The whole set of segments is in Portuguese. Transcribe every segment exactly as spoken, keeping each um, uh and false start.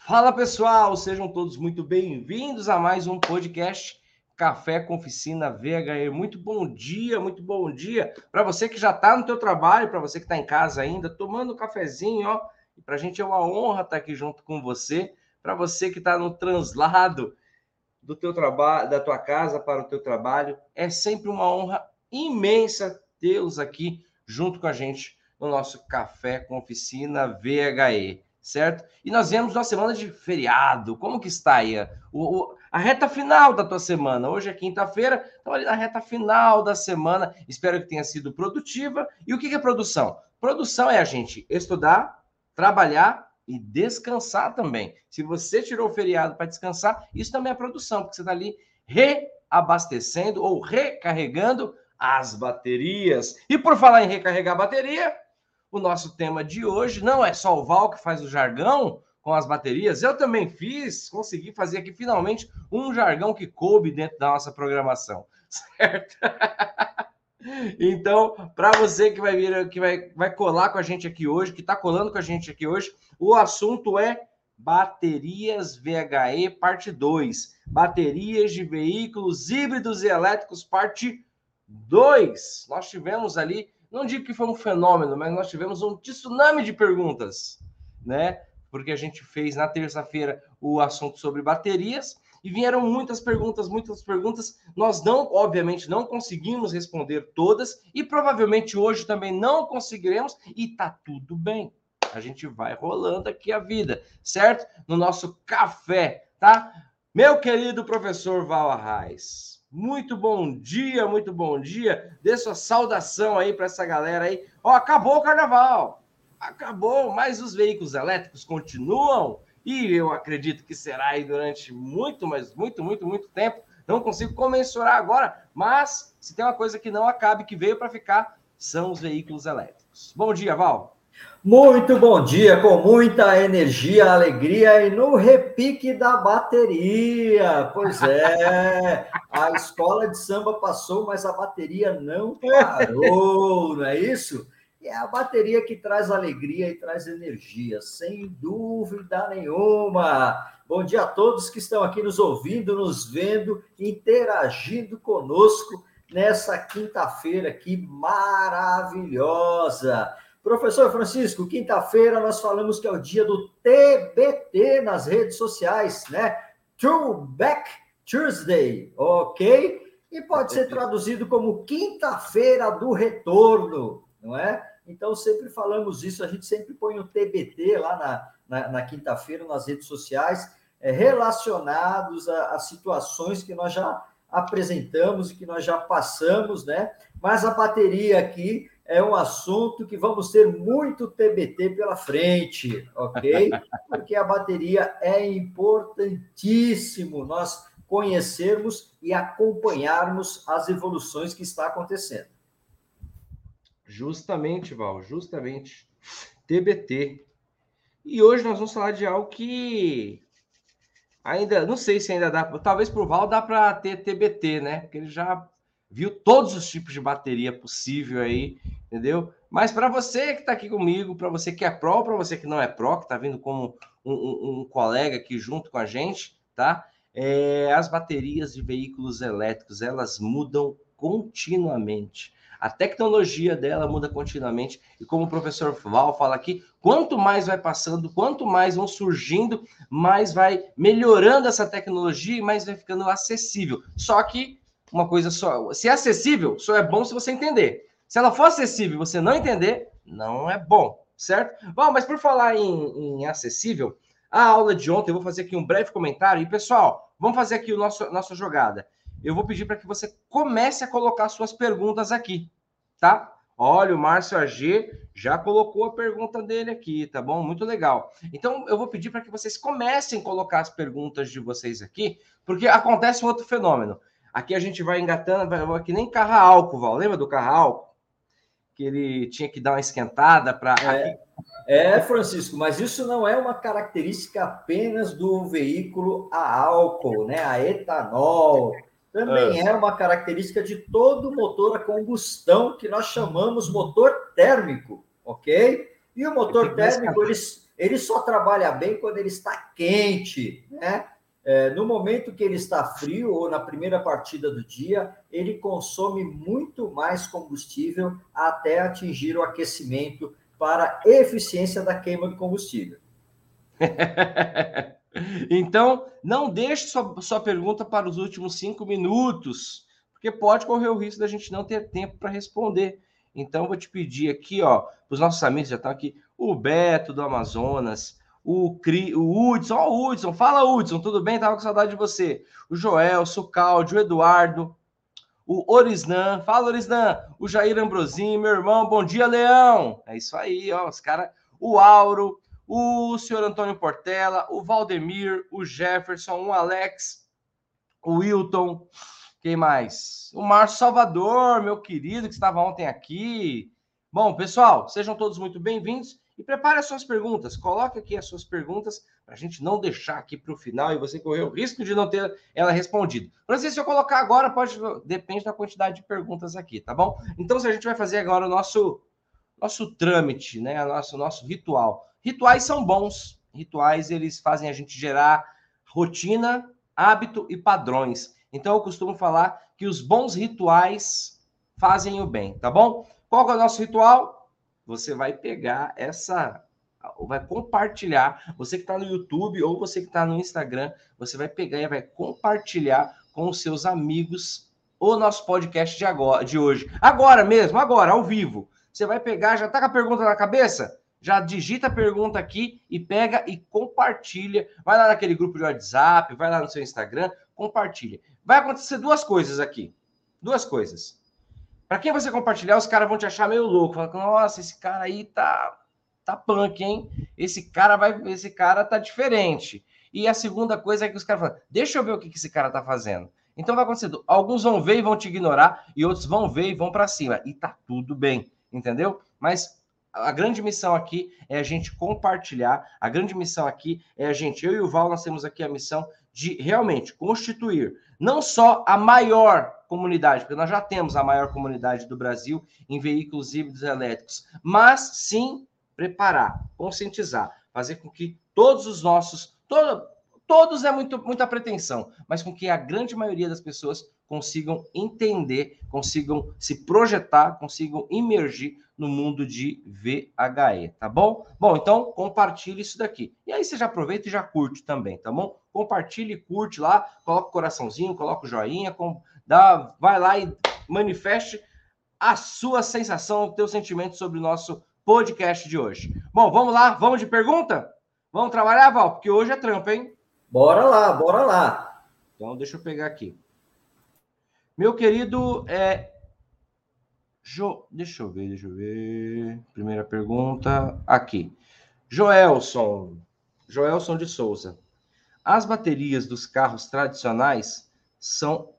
Fala pessoal, sejam todos muito bem-vindos a mais um podcast Café com Oficina V H E. Muito bom dia, muito bom dia para você que já está no teu trabalho, para você que está em casa ainda, tomando um cafezinho, ó. E para a gente é uma honra estar aqui junto com você. Para você que está no translado do teu trabalho, da tua casa para o teu trabalho, é sempre uma honra imensa tê-los aqui junto com a gente no nosso Café com Oficina V H E. Certo? E nós vemos uma semana de feriado. Como que está aí a, o, a reta final da tua semana? Hoje é quinta-feira, então ali na reta final da semana. Espero que tenha sido produtiva. E o que é produção? Produção é a gente estudar, trabalhar e descansar também. Se você tirou o feriado para descansar, isso também é produção, porque você está ali reabastecendo ou recarregando as baterias. E por falar em recarregar a bateria, o nosso tema de hoje não é só o Val que faz o jargão com as baterias, eu também fiz, consegui fazer aqui finalmente um jargão que coube dentro da nossa programação, certo? Então, para você que vai vir, que vai, vai colar com a gente aqui hoje, que está colando com a gente aqui hoje, o assunto é baterias V H E parte dois, baterias de veículos híbridos e elétricos parte dois. Nós tivemos ali, não digo que foi um fenômeno, mas nós tivemos um tsunami de perguntas, né? Porque a gente fez na terça-feira o assunto sobre baterias e vieram muitas perguntas, muitas perguntas. Nós não, obviamente, não conseguimos responder todas e provavelmente hoje também não conseguiremos e tá tudo bem. A gente vai rolando aqui a vida, certo? No nosso café, tá? Meu querido professor Val Arraes, muito bom dia, muito bom dia. Dê sua saudação aí para essa galera aí. Ó, acabou o carnaval. Acabou, mas os veículos elétricos continuam e eu acredito que será aí durante muito, mas muito, muito, muito tempo. Não consigo comensurar agora, mas se tem uma coisa que não acabe, que veio para ficar, são os veículos elétricos. Bom dia, Val. Muito bom dia, com muita energia, alegria e no repique da bateria. Pois é, a escola de samba passou, mas a bateria não parou, não é isso? E é a bateria que traz alegria e traz energia, sem dúvida nenhuma. Bom dia a todos que estão aqui nos ouvindo, nos vendo, interagindo conosco nessa quinta-feira aqui maravilhosa. Professor Francisco, quinta-feira nós falamos que é o dia do T B T nas redes sociais, né? Throwback Tuesday, ok? E pode ser traduzido como quinta-feira do retorno, não é? Então, sempre falamos isso, a gente sempre põe o T B T lá na, na, na quinta-feira nas redes sociais, é, relacionados a, a situações que nós já apresentamos e que nós já passamos, né? Mas a bateria aqui é um assunto que vamos ter muito T B T pela frente, ok? Porque a bateria é importantíssimo nós conhecermos e acompanharmos as evoluções que está acontecendo. Justamente, Val, justamente. T B T. E hoje nós vamos falar de algo que ainda, não sei se ainda dá, talvez pro Val dá para ter T B T, né? Porque ele já viu todos os tipos de bateria possível aí, entendeu? Mas para você que está aqui comigo, para você que é pró, para você que não é pró, que está vindo como um, um, um colega aqui junto com a gente, tá? É, as baterias de veículos elétricos, elas mudam continuamente. A tecnologia dela muda continuamente. E como o professor Val fala aqui, quanto mais vai passando, quanto mais vão surgindo, mais vai melhorando essa tecnologia e mais vai ficando acessível. Só que uma coisa só, se é acessível, só é bom se você entender. Se ela for acessível e você não entender, não é bom, certo? Bom, mas por falar em, em acessível, a aula de ontem, eu vou fazer aqui um breve comentário. E, pessoal, vamos fazer aqui a nossa jogada. Eu vou pedir para que você comece a colocar suas perguntas aqui, tá? Olha, o Márcio A G já colocou a pergunta dele aqui, tá bom? Muito legal. Então, eu vou pedir para que vocês comecem a colocar as perguntas de vocês aqui, porque acontece um outro fenômeno. Aqui a gente vai engatando, vai, que nem carro a álcool, Val. Lembra do carro a álcool? Que ele tinha que dar uma esquentada para... É, é, Francisco, mas isso não é uma característica apenas do veículo a álcool, né? A etanol. Também é. é uma característica de todo motor a combustão, que nós chamamos motor térmico, ok? E o motor térmico, ele, ele só trabalha bem quando ele está quente, né? É, no momento que ele está frio, ou na primeira partida do dia, ele consome muito mais combustível até atingir o aquecimento para eficiência da queima do combustível. Então, não deixe sua, sua pergunta para os últimos cinco minutos, porque pode correr o risco da gente não ter tempo para responder. Então, vou te pedir aqui, ó, para os nossos amigos já estão aqui, o Beto do Amazonas, o, Cri, o Hudson, ó, o Hudson, fala Hudson, tudo bem? Tava com saudade de você. O Joelso, o Cláudio, o Eduardo, o Orisnan, fala Orisnan, o Jair Ambrosinho, meu irmão, bom dia, Leão. É isso aí, ó, os caras, o Auro, o senhor Antônio Portela, o Valdemir, o Jefferson, o Alex, o Wilton, quem mais? O Márcio Salvador, meu querido, que estava ontem aqui. Bom, pessoal, sejam todos muito bem-vindos e prepare as suas perguntas. Coloque aqui as suas perguntas para a gente não deixar aqui para o final e você correr o risco de não ter ela respondida. Francisco, se eu colocar agora, pode depende da quantidade de perguntas aqui, tá bom? Então, se a gente vai fazer agora o nosso, nosso trâmite, né? O nosso, nosso ritual. Rituais são bons. Rituais, eles fazem a gente gerar rotina, hábito e padrões. Então, eu costumo falar que os bons rituais fazem o bem, tá bom? Qual que é o nosso ritual? Você vai pegar essa, vai compartilhar, você que está no YouTube ou você que está no Instagram, você vai pegar e vai compartilhar com os seus amigos o nosso podcast de, agora, de hoje. Agora mesmo, agora, ao vivo. Você vai pegar, já está com a pergunta na cabeça? Já digita a pergunta aqui e pega e compartilha. Vai lá naquele grupo de WhatsApp, vai lá no seu Instagram, compartilha. Vai acontecer duas coisas aqui. Duas coisas. Para quem você compartilhar, os caras vão te achar meio louco. Falam, nossa, esse cara aí tá, tá punk, hein? Esse cara vai, esse cara tá diferente. E a segunda coisa é que os caras falam, deixa eu ver o que esse cara tá fazendo. Então vai acontecer, alguns vão ver e vão te ignorar, e outros vão ver e vão para cima. E tá tudo bem, entendeu? Mas a grande missão aqui é a gente compartilhar. A grande missão aqui é a gente, eu e o Val, nós temos aqui a missão de realmente constituir não só a maior comunidade, porque nós já temos a maior comunidade do Brasil em veículos híbridos elétricos, mas sim preparar, conscientizar, fazer com que todos os nossos, todo, todos é muito, muita pretensão, mas com que a grande maioria das pessoas consigam entender, consigam se projetar, consigam imergir no mundo de V H E, tá bom? Bom, então compartilhe isso daqui. E aí você já aproveita e já curte também, tá bom? Compartilhe, curte lá, coloca o coraçãozinho, coloca o joinha, com, dá, vai lá e manifeste a sua sensação, o teu sentimento sobre o nosso podcast de hoje. Bom, vamos lá, vamos de pergunta? Vamos trabalhar, Val? Porque hoje é trampa, hein? Bora lá, bora lá. Então, deixa eu pegar aqui. Meu querido, é... Jo... deixa eu ver, deixa eu ver. Primeira pergunta, aqui. Joelson, Joelson de Souza. As baterias dos carros tradicionais são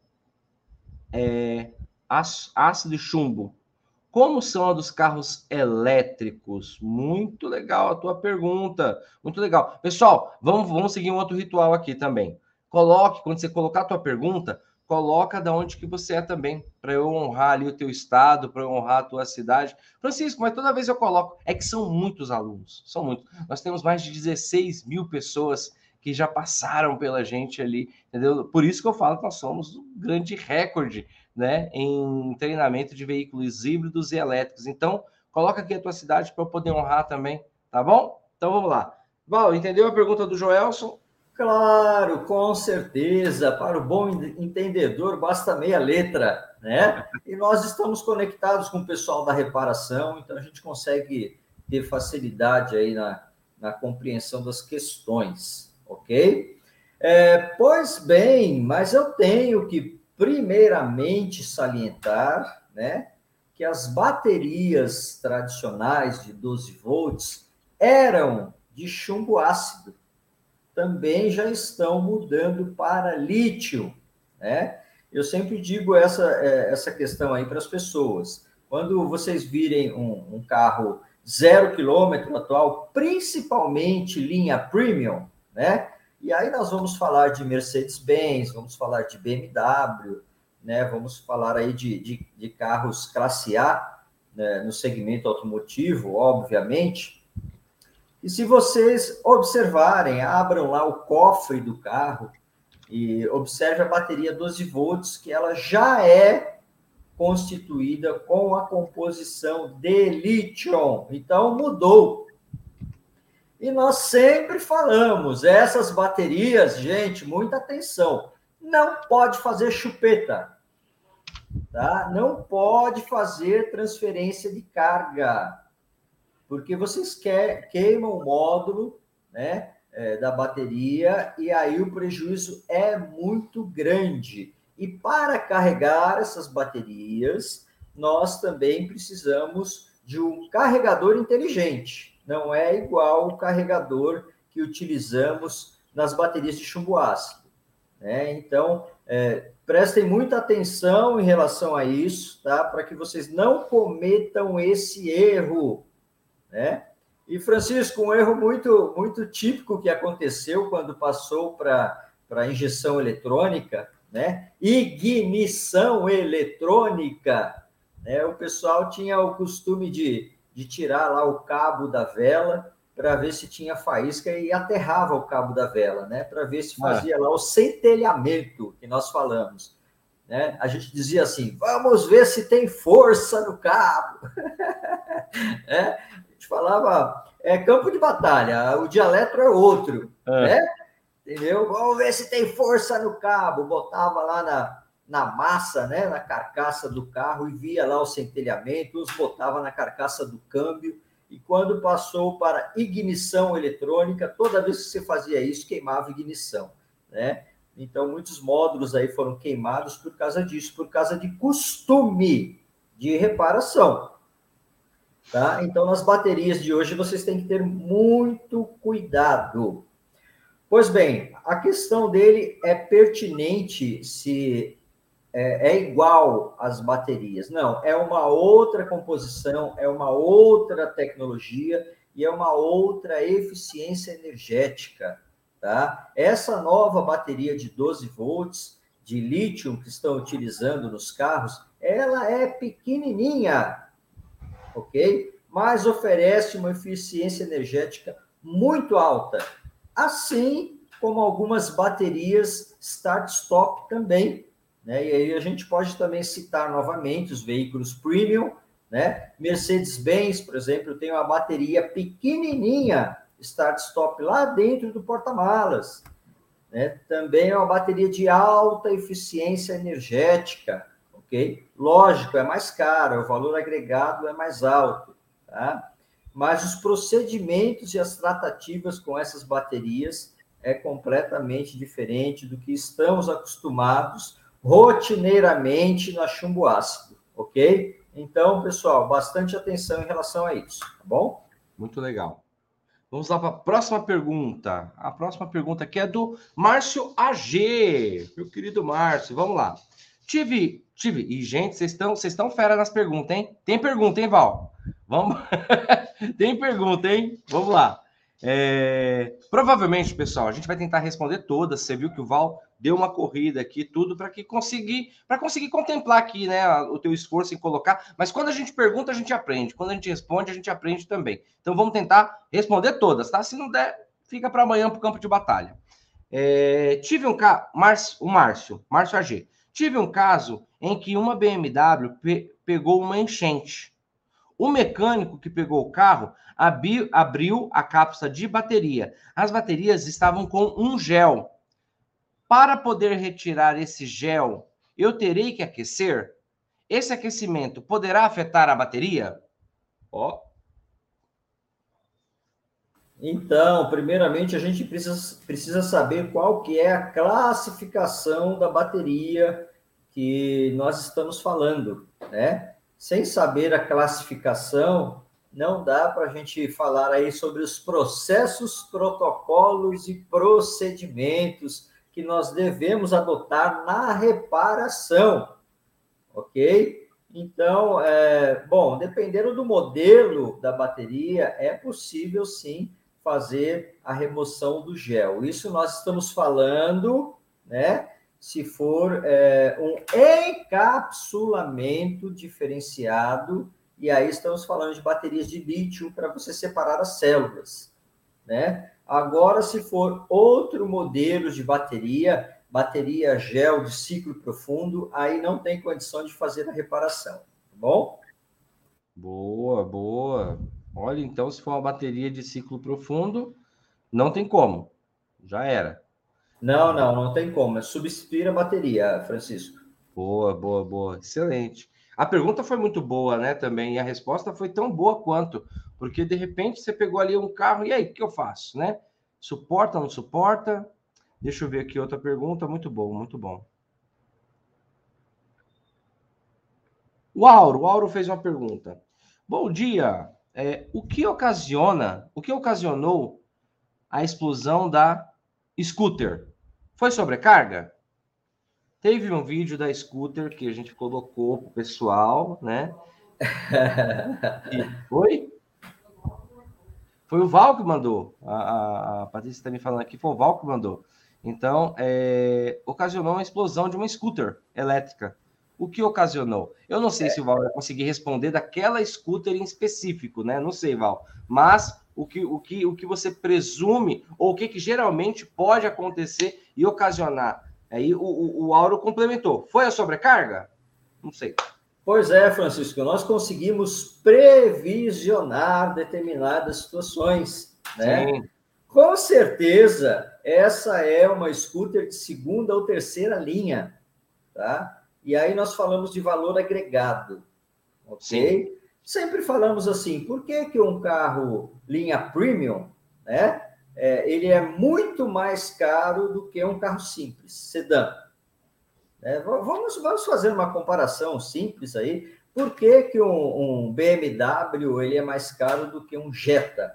é, ácido e chumbo. Como são a dos carros elétricos? Muito legal a tua pergunta. Muito legal. Pessoal, vamos, vamos seguir um outro ritual aqui também. Coloque, quando você colocar a tua pergunta, coloca de onde que você é também, para eu honrar ali o teu estado, para eu honrar a tua cidade. Francisco, mas toda vez eu coloco, é que são muitos alunos, são muitos. Nós temos mais de dezesseis mil pessoas que já passaram pela gente ali, entendeu? Por isso que eu falo que nós somos um grande recorde, né, em treinamento de veículos híbridos e elétricos. Então, coloca aqui a tua cidade para eu poder honrar também, tá bom? Então, vamos lá. Val, entendeu a pergunta do Joelson? Claro, com certeza. Para o bom entendedor, basta meia letra, né? E nós estamos conectados com o pessoal da reparação, então a gente consegue ter facilidade aí na, na compreensão das questões, ok? É, pois bem, mas eu tenho que primeiramente salientar, né, que as baterias tradicionais de doze volts eram de chumbo ácido. Também já estão mudando para lítio, né? Eu sempre digo essa, essa questão aí para as pessoas. Quando vocês virem um, um carro zero quilômetro atual, principalmente linha premium, né? E aí nós vamos falar de Mercedes-Benz, vamos falar de B M W, né? Vamos falar aí de, de, de carros classe A, né? No segmento automotivo, obviamente. E se vocês observarem, abram lá o cofre do carro e observe a bateria doze volts, que ela já é constituída com a composição de lítio. Então, mudou. E nós sempre falamos, essas baterias, gente, muita atenção, não pode fazer chupeta, tá? Não pode fazer transferência de carga, porque vocês quer, queimam o módulo, né, é, da bateria, e aí o prejuízo é muito grande. E para carregar essas baterias, nós também precisamos de um carregador inteligente. Não é igual o carregador que utilizamos nas baterias de chumbo ácido, né? Então, é, prestem muita atenção em relação a isso, tá? Para que vocês não cometam esse erro, né? E, Francisco, um erro muito, muito típico que aconteceu quando passou para a injeção eletrônica, né? Ignição eletrônica, né? O pessoal tinha o costume de, de tirar lá o cabo da vela para ver se tinha faísca e aterrava o cabo da vela, né? Para ver se fazia ah. lá o centelhamento que nós falamos, né? A gente dizia assim, vamos ver se tem força no cabo. É, a gente falava, é campo de batalha, o dialeto é outro, é. né? Entendeu? Vamos ver se tem força no cabo. Botava lá na, na massa, né? Na carcaça do carro e via lá o centelhamento, os botava na carcaça do câmbio. E quando passou para ignição eletrônica, toda vez que você fazia isso, queimava ignição, né? Então, muitos módulos aí foram queimados por causa disso, por causa de costume de reparação, tá? Então, nas baterias de hoje, vocês têm que ter muito cuidado. Pois bem, a questão dele é pertinente se é, é igual às baterias. Não, é uma outra composição, é uma outra tecnologia e é uma outra eficiência energética, tá? Essa nova bateria de doze volts de lítio que estão utilizando nos carros, ela é pequenininha, ok? Mas oferece uma eficiência energética muito alta. Assim como algumas baterias start-stop também, né? E aí a gente pode também citar novamente os veículos premium, né? Mercedes-Benz, por exemplo, tem uma bateria pequenininha start-stop lá dentro do porta-malas, né? Também é uma bateria de alta eficiência energética, ok? Lógico, é mais cara, o valor agregado é mais alto, tá? Mas os procedimentos e as tratativas com essas baterias é completamente diferente do que estamos acostumados rotineiramente na chumbo ácido, ok? Então, pessoal, bastante atenção em relação a isso, tá bom? Muito legal. Vamos lá para a próxima pergunta. A próxima pergunta aqui é do Márcio A G. Meu querido Márcio, vamos lá. Tive, tive, e gente, vocês estão, vocês estão fera nas perguntas, hein? Tem pergunta, hein, Val? Vamos. Tem pergunta, hein? Vamos lá. É... Provavelmente, pessoal, a gente vai tentar responder todas. Você viu que o Val deu uma corrida aqui, tudo para que conseguir, para conseguir contemplar aqui, né, o teu esforço em colocar. Mas quando a gente pergunta, a gente aprende. Quando a gente responde, a gente aprende também. Então vamos tentar responder todas, tá? Se não der, fica para amanhã para o campo de batalha. É... Tive um caso, Márcio, o Márcio, Márcio A G. Tive um caso em que uma B M W pe... pegou uma enchente. O mecânico que pegou o carro abri, abriu a cápsula de bateria. As baterias estavam com um gel. Para poder retirar esse gel, eu terei que aquecer? Esse aquecimento poderá afetar a bateria? Ó. Então, primeiramente, a gente precisa, precisa saber qual que é a classificação da bateria que nós estamos falando, né? Sem saber a classificação, não dá para a gente falar aí sobre os processos, protocolos e procedimentos que nós devemos adotar na reparação, ok? Então, é, bom, dependendo do modelo da bateria, é possível sim fazer a remoção do gel. Isso nós estamos falando, né? Se for é, um encapsulamento diferenciado, e aí estamos falando de baterias de lítio para você separar as células, né? Agora, se for outro modelo de bateria, bateria gel de ciclo profundo, aí não tem condição de fazer a reparação, tá bom? Boa, boa. Olha, então, se for uma bateria de ciclo profundo, não tem como. Já era. Não, não, não tem como. É substituir a bateria, Francisco. Boa, boa, boa. Excelente. A pergunta foi muito boa, né, também, e a resposta foi tão boa quanto, porque de repente você pegou ali um carro, e aí, o que eu faço, né? Suporta, não suporta? Deixa eu ver aqui outra pergunta, muito bom, muito bom. O Auro, o Auro fez uma pergunta. Bom dia. É, o que ocasiona, o que ocasionou a explosão da scooter? Foi sobrecarga? Teve um vídeo da scooter que a gente colocou pro pessoal, né? E foi? Foi o Val que mandou. A, a, a Patrícia está me falando aqui, foi o Val que mandou. Então, é, ocasionou uma explosão de uma scooter elétrica. O que ocasionou? Eu não sei se o Val vai conseguir responder daquela scooter em específico, né? Não sei, Val. Mas o que, o que, o que você presume, ou o que, que geralmente pode acontecer e ocasionar? Aí o, o, o Auro complementou. Foi a sobrecarga? Não sei. Pois é, Francisco, nós conseguimos previsionar determinadas situações, né? Sim. Com certeza, essa é uma scooter de segunda ou terceira linha, tá? E aí nós falamos de valor agregado, ok? Sim. Sempre falamos assim, por que que um carro linha premium, né? É, ele é muito mais caro do que um carro simples, sedã. É, vamos, vamos fazer uma comparação simples aí. Por que que um, um B M W ele é mais caro do que um Jetta?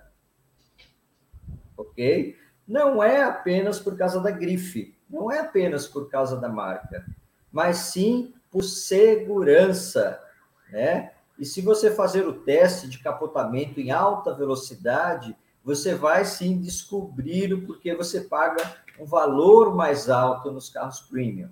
Ok? Não é apenas por causa da grife, não é apenas por causa da marca, mas sim por segurança, né? E se você fazer o teste de capotamento em alta velocidade, você vai sim descobrir o porquê você paga um valor mais alto nos carros premium,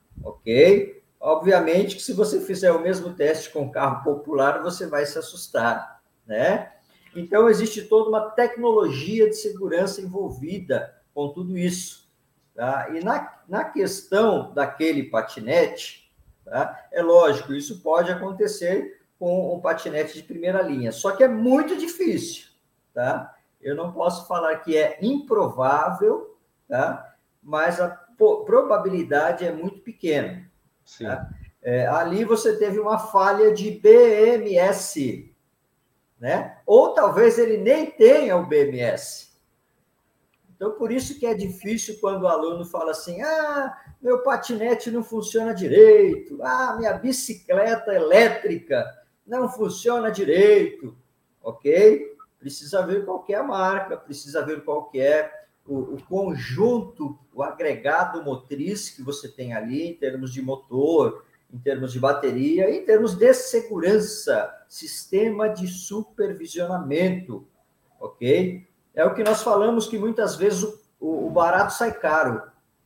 ok? Obviamente que se você fizer o mesmo teste com carro popular, você vai se assustar, né? Então, existe toda uma tecnologia de segurança envolvida com tudo isso. Tá? E na, na questão daquele patinete, tá? É lógico, isso pode acontecer com um patinete de primeira linha, só que é muito difícil. Tá? Eu não posso falar que é improvável, tá? Mas a probabilidade é muito pequena. Tá? É, ali você teve uma falha de B M S, né? Ou talvez ele nem tenha o B M S. Então, por isso que é difícil quando o aluno fala assim, ah, meu patinete não funciona direito, ah, minha bicicleta elétrica não funciona direito, ok? Precisa ver qual que é a marca, precisa ver qual que é o, o conjunto, o agregado motriz que você tem ali, em termos de motor, em termos de bateria, em termos de segurança, sistema de supervisionamento, ok? É o que nós falamos que muitas vezes o, o barato sai caro,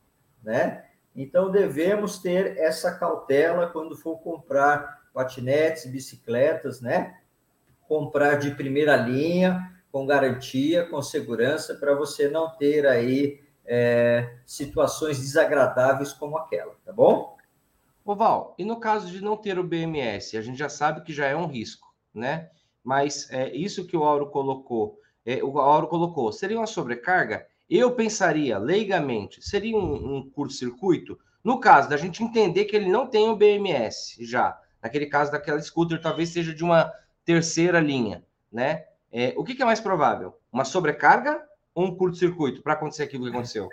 né? Então, devemos ter essa cautela quando for comprar patinetes, bicicletas, né? Comprar de primeira linha, com garantia, com segurança, para você não ter aí é, situações desagradáveis como aquela, tá bom? Ô Val, e no caso de não ter o B M S, a gente já sabe que já é um risco, né? Mas é, isso que o Auro colocou, é, o Auro colocou, seria uma sobrecarga? Eu pensaria, leigamente, seria um, um curto-circuito? No caso da gente entender que ele não tem o B M S já, naquele caso daquela scooter, talvez seja de uma terceira linha, né? É, o que, que é mais provável? Uma sobrecarga ou um curto-circuito para acontecer aquilo que aconteceu?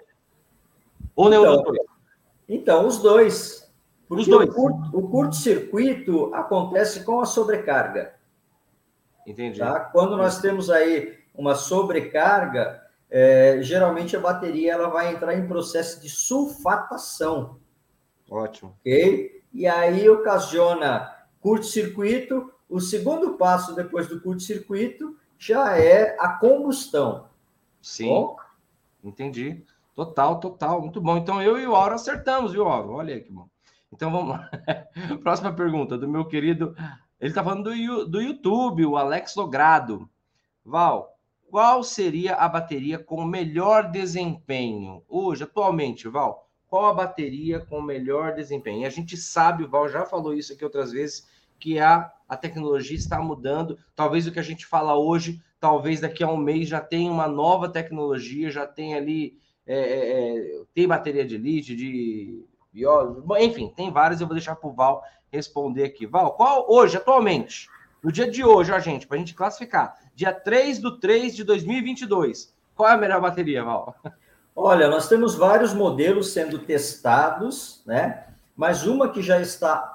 Ou nenhum então, dos dois? Então, os dois. Porque Os dois. o, curto, o curto-circuito acontece com a sobrecarga. Entendi. Tá? Quando nós temos aí uma sobrecarga, é, geralmente a bateria ela vai entrar em processo de sulfatação. Ótimo. Ok? E aí ocasiona curto-circuito. O segundo passo depois do curto-circuito já é a combustão. Sim, bom? Entendi. Total, total. Muito bom. Então eu e o Auro acertamos, viu, Auro? Olha aí que bom. Então vamos lá. Próxima pergunta do meu querido. Ele está falando do, do YouTube, o Alex Logrado. Val, qual seria a bateria com melhor desempenho? Hoje, atualmente, Val, qual a bateria com melhor desempenho? E a gente sabe, o Val já falou isso aqui outras vezes, que a, a tecnologia está mudando. Talvez o que a gente fala hoje, talvez daqui a um mês já tenha uma nova tecnologia, já tem ali, é, é, tem bateria de lítio, de biólise, enfim, tem várias, eu vou deixar para o Val responder aqui. Val, qual hoje, atualmente, no dia de hoje, ó, gente, para a gente classificar, dia três de três de dois mil e vinte e dois, qual é a melhor bateria, Val? Olha, nós temos vários modelos sendo testados, né? Mas uma que já está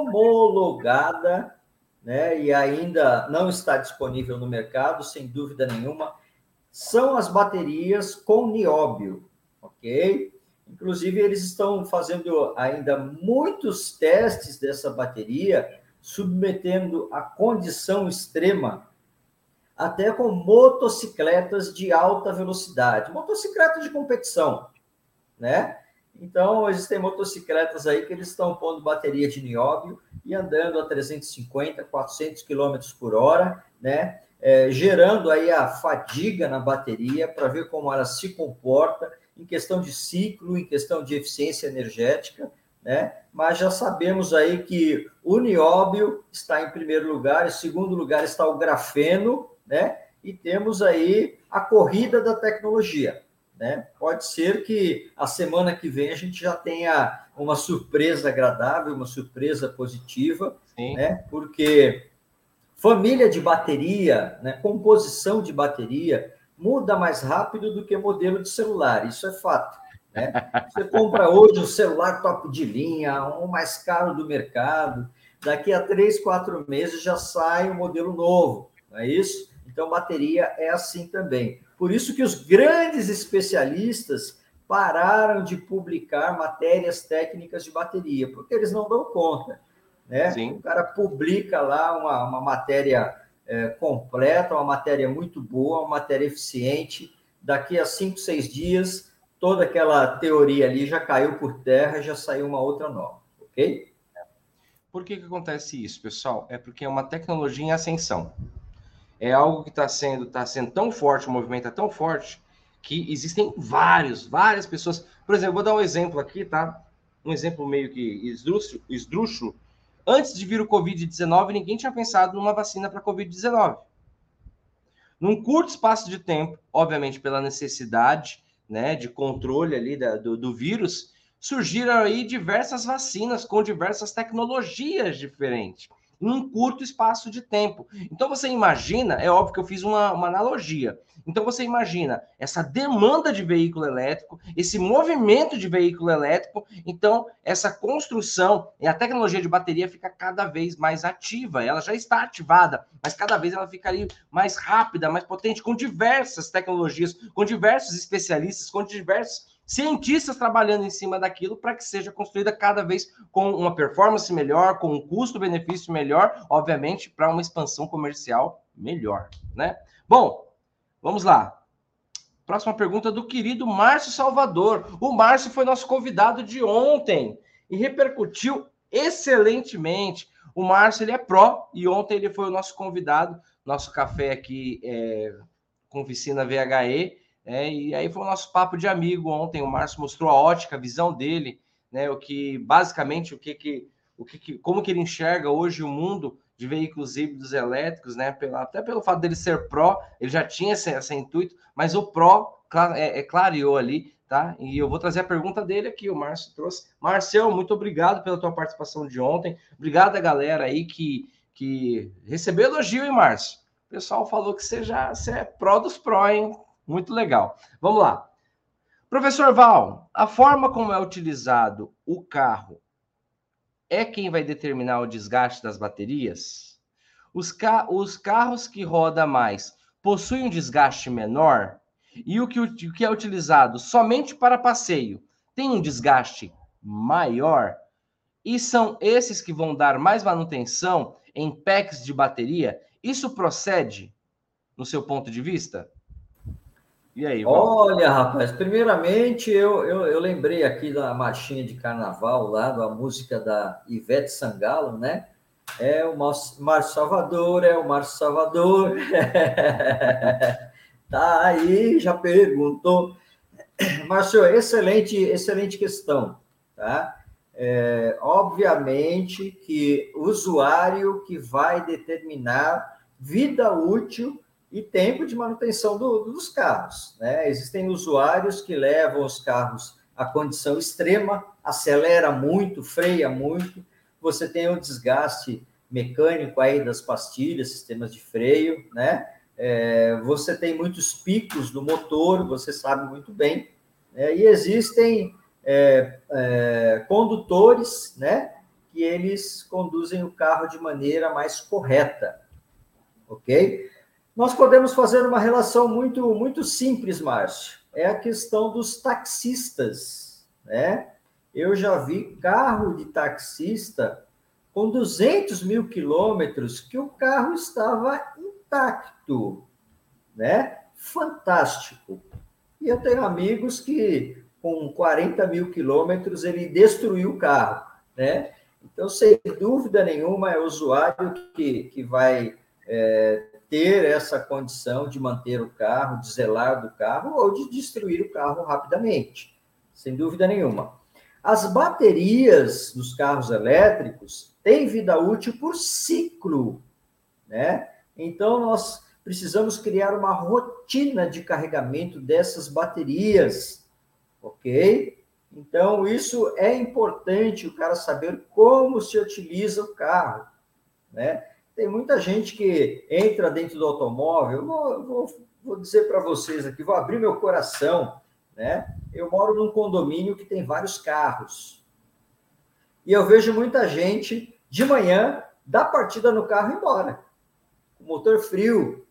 homologada, né? E ainda não está disponível no mercado, sem dúvida nenhuma, são as baterias com nióbio, ok? Inclusive, eles estão fazendo ainda muitos testes dessa bateria, submetendo a condição extrema, até com motocicletas de alta velocidade, motocicletas de competição, né? Então, existem motocicletas aí que eles estão pondo bateria de nióbio e andando a trezentos e cinquenta, quatrocentos quilômetros por hora, né? É, gerando aí a fadiga na bateria para ver como ela se comporta em questão de ciclo, em questão de eficiência energética, né? Mas já sabemos aí que o nióbio está em primeiro lugar, em segundo lugar está o grafeno, né? E temos aí a corrida da tecnologia, né? Pode ser que a semana que vem a gente já tenha uma surpresa agradável, uma surpresa positiva, Sim. né? Porque família de bateria, né? Composição de bateria muda mais rápido do que modelo de celular, isso é fato, né? Você compra hoje um celular top de linha, o mais caro do mercado, daqui a três, quatro meses já sai um modelo novo, não é isso? Então, bateria é assim também. Por isso que os grandes especialistas pararam de publicar matérias técnicas de bateria, porque eles não dão conta, né? Sim. O cara publica lá uma, uma matéria é, completa, uma matéria muito boa, uma matéria eficiente. Daqui a cinco, seis dias, toda aquela teoria ali já caiu por terra e já saiu uma outra nova, ok? Por que que acontece isso, pessoal? É porque é uma tecnologia em ascensão. É algo que está sendo, tá sendo tão forte, o movimento é tão forte, que existem vários, várias pessoas. Por exemplo, vou dar um exemplo aqui, tá? Um exemplo meio que esdrúxulo. esdrúxulo. Antes de vir o covid dezenove, ninguém tinha pensado numa vacina para covid dezenove. Num curto espaço de tempo, obviamente pela necessidade, né, de controle ali da, do, do vírus, surgiram aí diversas vacinas com diversas tecnologias diferentes, num curto espaço de tempo. Então você imagina, é óbvio que eu fiz uma, uma analogia, então você imagina essa demanda de veículo elétrico, esse movimento de veículo elétrico, então essa construção e a tecnologia de bateria fica cada vez mais ativa, ela já está ativada, mas cada vez ela ficaria mais rápida, mais potente, com diversas tecnologias, com diversos especialistas, com diversos cientistas trabalhando em cima daquilo para que seja construída cada vez com uma performance melhor, com um custo-benefício melhor, obviamente, para uma expansão comercial melhor, né? Bom, vamos lá. Próxima pergunta do querido Márcio Salvador. O Márcio foi nosso convidado de ontem e repercutiu excelentemente. O Márcio, ele é pró e ontem ele foi o nosso convidado, nosso café aqui é, com Oficina V H E. É, e aí foi o nosso papo de amigo ontem. O Márcio mostrou a ótica, a visão dele, né? O que basicamente o que, que, o que, como que ele enxerga hoje o mundo de veículos híbridos elétricos, né? Pela, até pelo fato dele ser pró, ele já tinha esse, esse intuito, mas o pró é, é, clareou ali, tá? E eu vou trazer a pergunta dele aqui, o Márcio trouxe. Marcel, muito obrigado pela tua participação de ontem. Obrigado a galera aí que, que recebeu elogio, hein, Márcio? O pessoal falou que você já você é pró dos pró, hein? Muito legal. Vamos lá. Professor Val, a forma como é utilizado o carro é quem vai determinar o desgaste das baterias? Os, ca os carros que rodam mais possuem um desgaste menor? E o que, o que é utilizado somente para passeio tem um desgaste maior? E são esses que vão dar mais manutenção em packs de bateria? Isso procede, no seu ponto de vista? E aí, Val? Olha, rapaz, primeiramente eu, eu, eu lembrei aqui da marchinha de carnaval lá, da música da Ivete Sangalo, né? É o Márcio Salvador, é o Márcio Salvador. Tá aí, já perguntou. Márcio, excelente, excelente questão, tá? É, obviamente que o usuário que vai determinar vida útil e tempo de manutenção do, dos carros, né? Existem usuários que levam os carros à condição extrema, acelera muito, freia muito, você tem o desgaste mecânico aí das pastilhas, sistemas de freio, né? É, você tem muitos picos do motor, você sabe muito bem, né? E existem é, é, condutores, né, que eles conduzem o carro de maneira mais correta, ok? Nós podemos fazer uma relação muito, muito simples, Márcio, é a questão dos taxistas, né? Eu já vi carro de taxista com duzentos mil quilômetros que o carro estava intacto, né? Fantástico. E eu tenho amigos que, com quarenta mil quilômetros, ele destruiu o carro, né? Então, sem dúvida nenhuma, é o usuário que, que vai é, ter essa condição de manter o carro, de zelar do carro ou de destruir o carro rapidamente, sem dúvida nenhuma. As baterias dos carros elétricos têm vida útil por ciclo, né? Então, nós precisamos criar uma rotina de carregamento dessas baterias, ok? Então, isso é importante, o cara saber como se utiliza o carro, né? Tem muita gente que entra dentro do automóvel, eu vou, vou, vou dizer para vocês aqui, vou abrir meu coração, né? Eu moro num condomínio que tem vários carros, e eu vejo muita gente, de manhã, dar partida no carro e ir embora, com motor frio.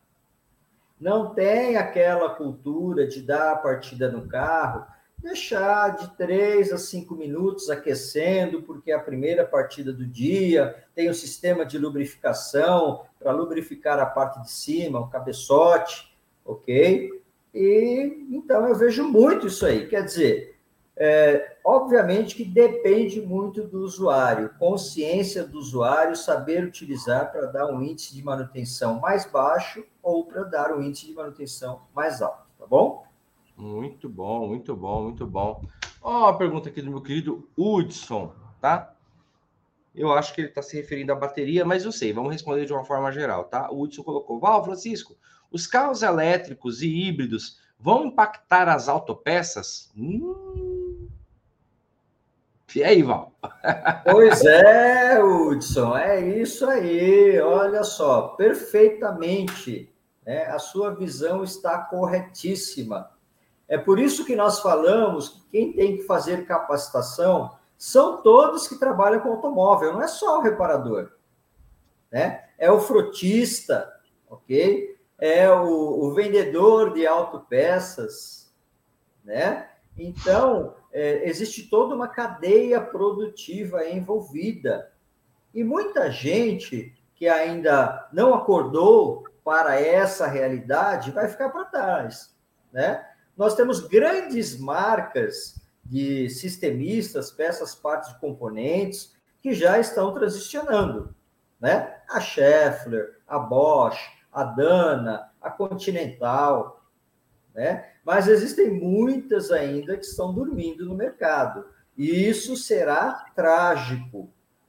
Não tem aquela cultura de dar a partida no carro, deixar de três a cinco minutos aquecendo, porque é a primeira partida do dia, tem o sistema de lubrificação para lubrificar a parte de cima, o cabeçote, ok? E então eu vejo muito isso aí. Quer dizer, é, obviamente que depende muito do usuário, consciência do usuário, saber utilizar para dar um índice de manutenção mais baixo ou para dar um índice de manutenção mais alto, tá bom? Muito bom, muito bom, muito bom. Ó, a pergunta aqui do meu querido Hudson, tá? Eu acho que ele está se referindo à bateria, mas eu sei, vamos responder de uma forma geral, tá? O Hudson colocou, Val, Francisco, os carros elétricos e híbridos vão impactar as autopeças? Hum... E aí, Val? Pois é, Hudson, é isso aí, olha só, perfeitamente, né? A sua visão está corretíssima. É por isso que nós falamos que quem tem que fazer capacitação são todos que trabalham com automóvel, não é só o reparador, né? É o frotista, ok? É o, o vendedor de autopeças, né? Então, é, existe toda uma cadeia produtiva envolvida. E muita gente que ainda não acordou para essa realidade vai ficar para trás, né? Nós temos grandes marcas de sistemistas, peças, partes e componentes que já estão transicionando, né? A Schaeffler, a Bosch, a Dana, a Continental, né? Mas existem muitas ainda que estão dormindo no mercado. E isso será trágico,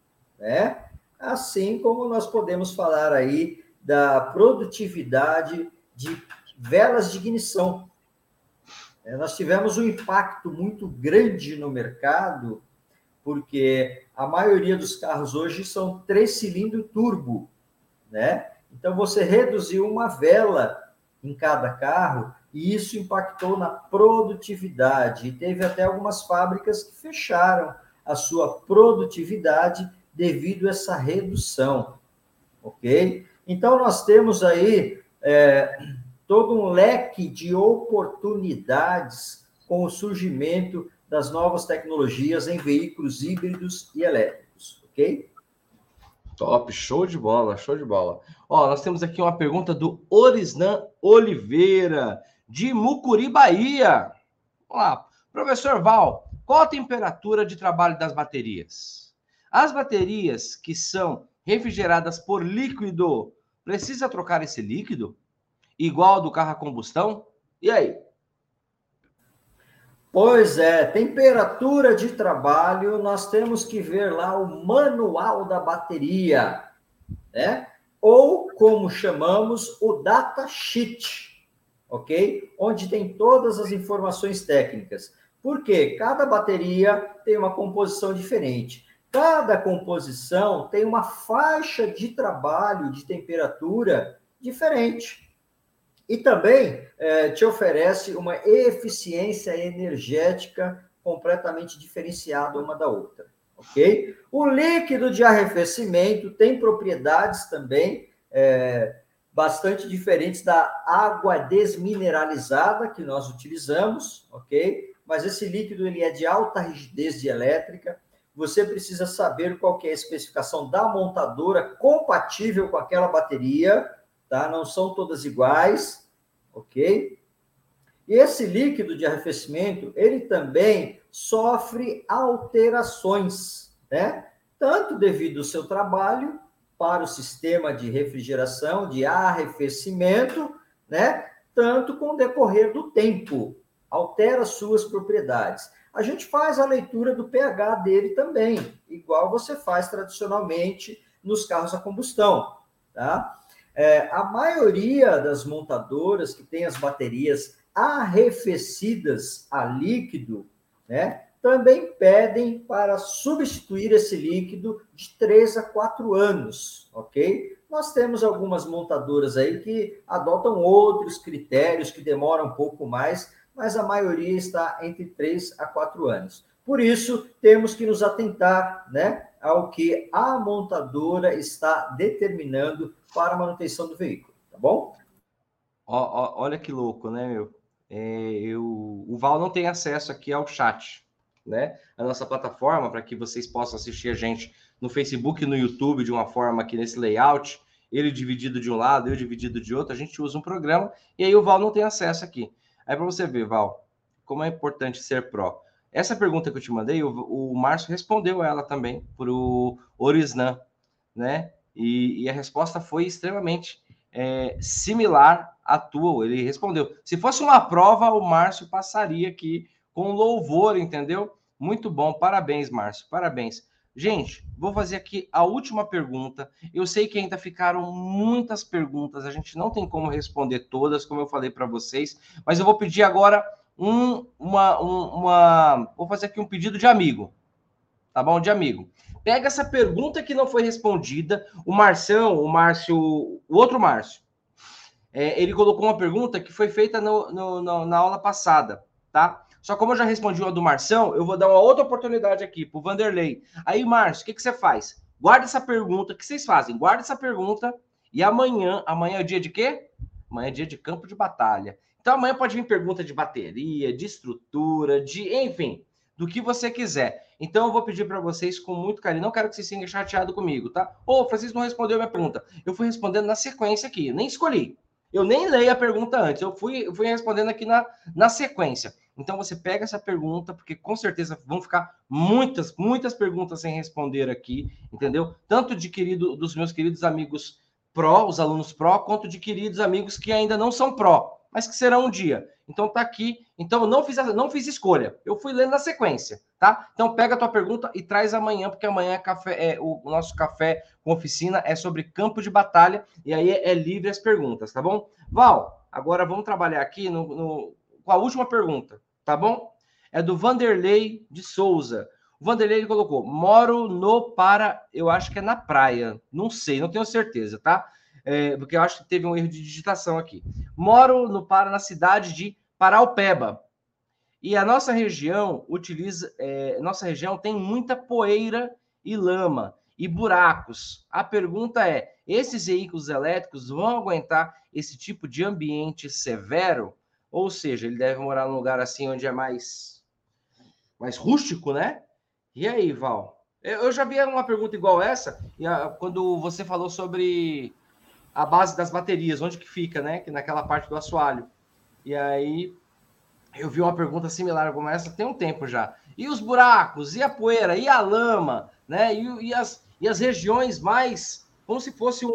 né? Assim como nós podemos falar aí da produtividade de velas de ignição. Nós tivemos um impacto muito grande no mercado, porque a maioria dos carros hoje são três cilindros turbo, né? Então, você reduziu uma vela em cada carro, e isso impactou na produtividade. E teve até algumas fábricas que fecharam a sua produtividade devido a essa redução, ok? Então, nós temos aí é, todo um leque de oportunidades com o surgimento das novas tecnologias em veículos híbridos e elétricos, ok? Top, show de bola, show de bola. Ó, nós temos aqui uma pergunta do Orisnan Oliveira, de Mucuri, Bahia. Vamos lá. Professor Val, qual a temperatura de trabalho das baterias? As baterias que são refrigeradas por líquido, precisa trocar esse líquido? igual ao do carro a combustão? E aí? Pois é, temperatura de trabalho, nós temos que ver lá o manual da bateria, né? Ou, como chamamos, o datasheet, ok? Onde tem todas as informações técnicas. Por quê? Cada bateria tem uma composição diferente. Cada composição tem uma faixa de trabalho, de temperatura diferente. E também eh, te oferece uma eficiência energética completamente diferenciada uma da outra, ok? O líquido de arrefecimento tem propriedades também eh, bastante diferentes da água desmineralizada que nós utilizamos, ok? Mas esse líquido ele é de alta rigidez dielétrica. Você precisa saber qual que é a especificação da montadora compatível com aquela bateria, tá? Não são todas iguais, ok? E esse líquido de arrefecimento, ele também sofre alterações, né? Tanto devido ao seu trabalho para o sistema de refrigeração, de arrefecimento, né? Tanto com o decorrer do tempo, altera suas propriedades. A gente faz a leitura do pH dele também, igual você faz tradicionalmente nos carros a combustão, tá? É, a maioria das montadoras que tem as baterias arrefecidas a líquido, né, também pedem para substituir esse líquido de três a quatro anos, ok? Nós temos algumas montadoras aí que adotam outros critérios que demoram um pouco mais, mas a maioria está entre três a quatro anos. Por isso, temos que nos atentar, né, ao que a montadora está determinando para a manutenção do veículo, tá bom? Ó, ó, olha que louco, né, meu? É, eu, o Val não tem acesso aqui ao chat, né? A nossa plataforma, para que vocês possam assistir a gente no Facebook e no YouTube de uma forma aqui nesse layout, ele dividido de um lado, eu dividido de outro, a gente usa um programa, e aí o Val não tem acesso aqui. Aí para você ver, Val, como é importante ser pró. Essa pergunta que eu te mandei, o, o Márcio respondeu ela também para o Orisnan, né? E, e a resposta foi extremamente é, similar à tua. Ele respondeu. Se fosse uma prova, o Márcio passaria aqui com louvor, entendeu? Muito bom. Parabéns, Márcio. Parabéns. Gente, vou fazer aqui a última pergunta. Eu sei que ainda ficaram muitas perguntas. A gente não tem como responder todas, como eu falei para vocês. Mas eu vou pedir agora um, uma, um, uma... Vou fazer aqui um pedido de amigo. Tá bom? De amigo. Pega essa pergunta que não foi respondida. O Marção, o Márcio, o outro Márcio, é, ele colocou uma pergunta que foi feita no, no, no, na aula passada, tá? Só como eu já respondi a do Marção, eu vou dar uma outra oportunidade aqui pro Vanderlei. Aí, Márcio, o que, que você faz? Guarda essa pergunta. O que vocês fazem? Guarda essa pergunta e amanhã, amanhã é dia de quê? Amanhã é dia de campo de batalha. Então amanhã pode vir pergunta de bateria, de estrutura, de, enfim, do que você quiser. Então eu vou pedir para vocês com muito carinho. Não quero que vocês fiquem chateados comigo, tá? Ô, o Francisco não respondeu a minha pergunta. Eu fui respondendo na sequência aqui, nem escolhi. Eu nem leio a pergunta antes, eu fui, eu fui respondendo aqui na, na sequência. Então você pega essa pergunta, porque com certeza vão ficar muitas, muitas perguntas sem responder aqui, entendeu? Tanto de querido, dos meus queridos amigos pró, os alunos pró, quanto de queridos amigos que ainda não são pró, mas que serão um dia. Então tá aqui. Então eu não fiz, não fiz escolha. Eu fui lendo na sequência, tá? Então pega a tua pergunta e traz amanhã, porque amanhã é café, é, o, o nosso café com oficina é sobre campo de batalha e aí é, é livre as perguntas, tá bom? Val, agora vamos trabalhar aqui no, no, com a última pergunta, tá bom? É do Vanderlei de Souza. O Vanderlei ele colocou: moro no para, eu acho que é na praia, não sei, não tenho certeza, tá? É, porque eu acho que teve um erro de digitação aqui. Moro no para na cidade de Paraupeba. E a nossa região utiliza, é, nossa região tem muita poeira e lama e buracos. A pergunta é: esses veículos elétricos vão aguentar esse tipo de ambiente severo? Ou seja, ele deve morar num lugar assim onde é mais, mais rústico, né? E aí, Val? Eu já vi uma pergunta igual essa, quando você falou sobre a base das baterias, onde que fica, né? Que naquela parte do assoalho. E aí eu vi uma pergunta similar como essa tem um tempo já. E os buracos, e a poeira, e a lama, né? E, e, as, e as regiões mais, como se fosse um,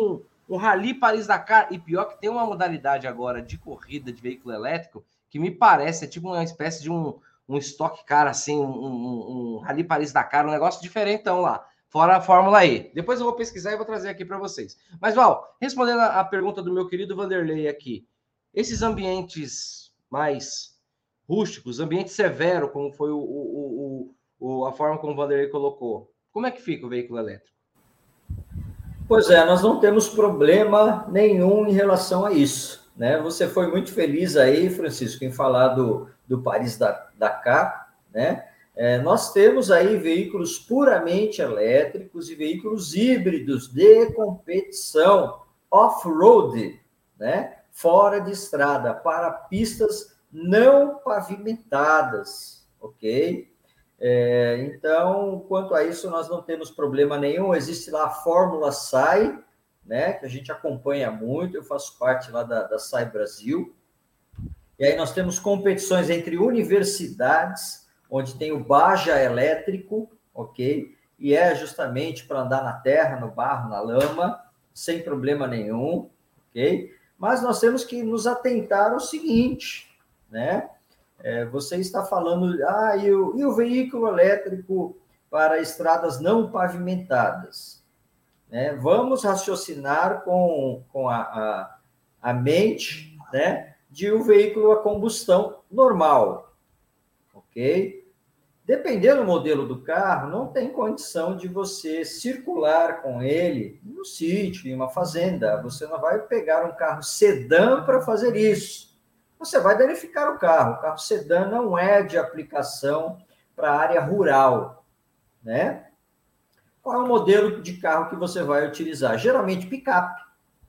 Um Rally Paris-Dakar, e pior que tem uma modalidade agora de corrida de veículo elétrico que me parece, é tipo uma espécie de um, um Stock Car, assim, um, um, um Rally Paris-Dakar, um negócio diferentão lá, fora a Fórmula E. Depois eu vou pesquisar e vou trazer aqui para vocês. Mas, Val, respondendo a, a pergunta do meu querido Vanderlei aqui, esses ambientes mais rústicos, ambiente severo, como foi o, o, o, o, a forma como o Vanderlei colocou, como é que fica o veículo elétrico? Pois é, nós não temos problema nenhum em relação a isso, né? Você foi muito feliz aí, Francisco, em falar do, do Paris-Dakar, né? É, nós temos aí veículos puramente elétricos e veículos híbridos de competição off-road, né? Fora de estrada, para pistas não pavimentadas, ok? É, então, quanto a isso, nós não temos problema nenhum. Existe lá a Fórmula S A I, né, que a gente acompanha muito, eu faço parte lá da, da S A I Brasil. E aí nós temos competições entre universidades, onde tem o Baja elétrico, ok? E é justamente para andar na terra, no barro, na lama, sem problema nenhum, ok? Mas nós temos que nos atentar ao seguinte, né? É, você está falando, ah, e o, e o veículo elétrico para estradas não pavimentadas? Né? Vamos raciocinar com, com a, a, a mente, né, de um veículo a combustão normal, ok? Dependendo do modelo do carro, não tem condição de você circular com ele no sítio, em uma fazenda. Você não vai pegar um carro sedã para fazer isso. Você vai danificar o carro. O carro sedã não é de aplicação para a área rural, né? Qual é o modelo de carro que você vai utilizar? Geralmente picape.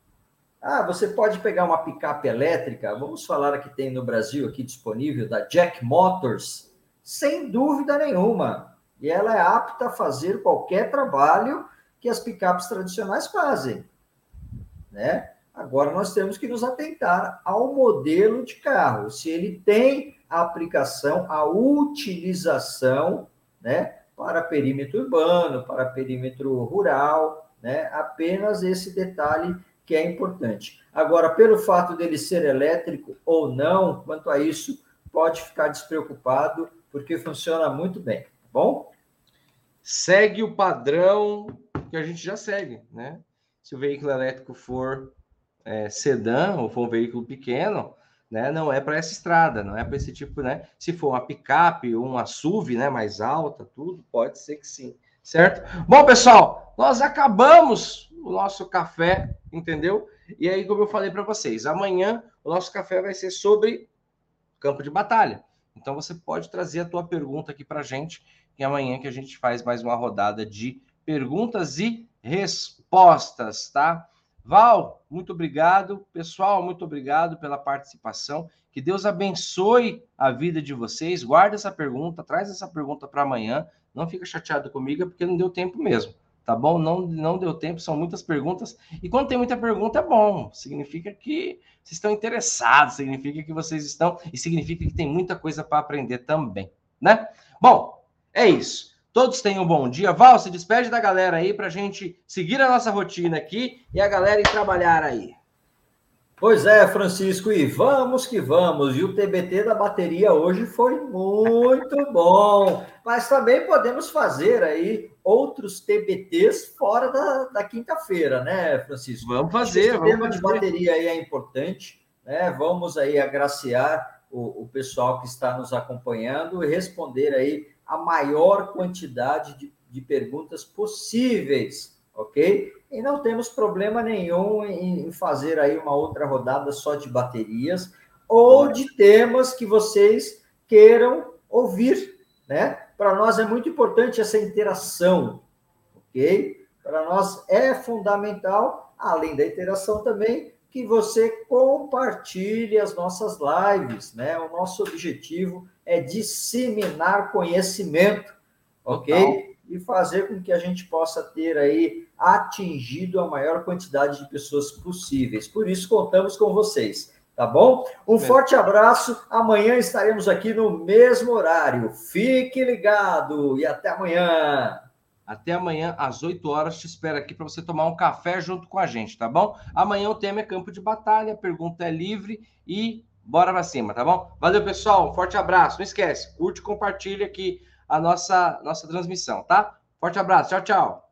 Ah, você pode pegar uma picape elétrica, vamos falar a que tem no Brasil aqui disponível, da Jack Motors, sem dúvida nenhuma. E ela é apta a fazer qualquer trabalho que as picapes tradicionais fazem, né? Agora, nós temos que nos atentar ao modelo de carro, se ele tem a aplicação, a utilização, né, para perímetro urbano, para perímetro rural, né, apenas esse detalhe que é importante. Agora, pelo fato dele ser elétrico ou não, quanto a isso, pode ficar despreocupado, porque funciona muito bem, tá bom? Segue o padrão que a gente já segue, né? Se o veículo elétrico for É, sedã ou for um veículo pequeno, né, não é para essa estrada, não é para esse tipo, né? Se for uma picape ou uma S U V, né, mais alta, tudo, pode ser que sim, certo? Bom, pessoal, nós acabamos o nosso café, entendeu? E aí, como eu falei para vocês, amanhã o nosso café vai ser sobre campo de batalha. Então, você pode trazer a tua pergunta aqui para a gente, e amanhã que a gente faz mais uma rodada de perguntas e respostas, tá? Val, muito obrigado. Pessoal, muito obrigado pela participação. Que Deus abençoe a vida de vocês. Guarda essa pergunta, traz essa pergunta para amanhã. Não fica chateado comigo, porque não deu tempo mesmo, tá bom? Não, não deu tempo, são muitas perguntas. E quando tem muita pergunta, é bom. Significa que vocês estão interessados, significa que vocês estão... E significa que tem muita coisa para aprender também, né? Bom, é isso. Todos tenham um bom dia. Val, se despede da galera aí para a gente seguir a nossa rotina aqui e a galera ir trabalhar aí. Pois é, Francisco, e vamos que vamos. E o T B T da bateria hoje foi muito bom. Mas também podemos fazer aí outros T B Ts fora da, da quinta-feira, né, Francisco? Vamos fazer. O tema de bateria aí é importante, né? Vamos aí agraciar o, o pessoal que está nos acompanhando e responder aí a maior quantidade de, de perguntas possíveis, ok? E não temos problema nenhum em fazer aí uma outra rodada só de baterias ou de temas que vocês queiram ouvir, né? Para nós é muito importante essa interação, ok? Para nós é fundamental, além da interação também, que você compartilhe as nossas lives, né? O nosso objetivo é disseminar conhecimento, ok? Total. E fazer com que a gente possa ter aí atingido a maior quantidade de pessoas possíveis. Por isso, contamos com vocês, tá bom? Um forte abraço. Amanhã estaremos aqui no mesmo horário. Fique ligado e até amanhã. Até amanhã, às oito horas, te espero aqui para você tomar um café junto com a gente, tá bom? Amanhã o tema é campo de batalha, a pergunta é livre e bora pra cima, tá bom? Valeu, pessoal, um forte abraço. Não esquece, curte e compartilha aqui a nossa, nossa transmissão, tá? Forte abraço, tchau, tchau.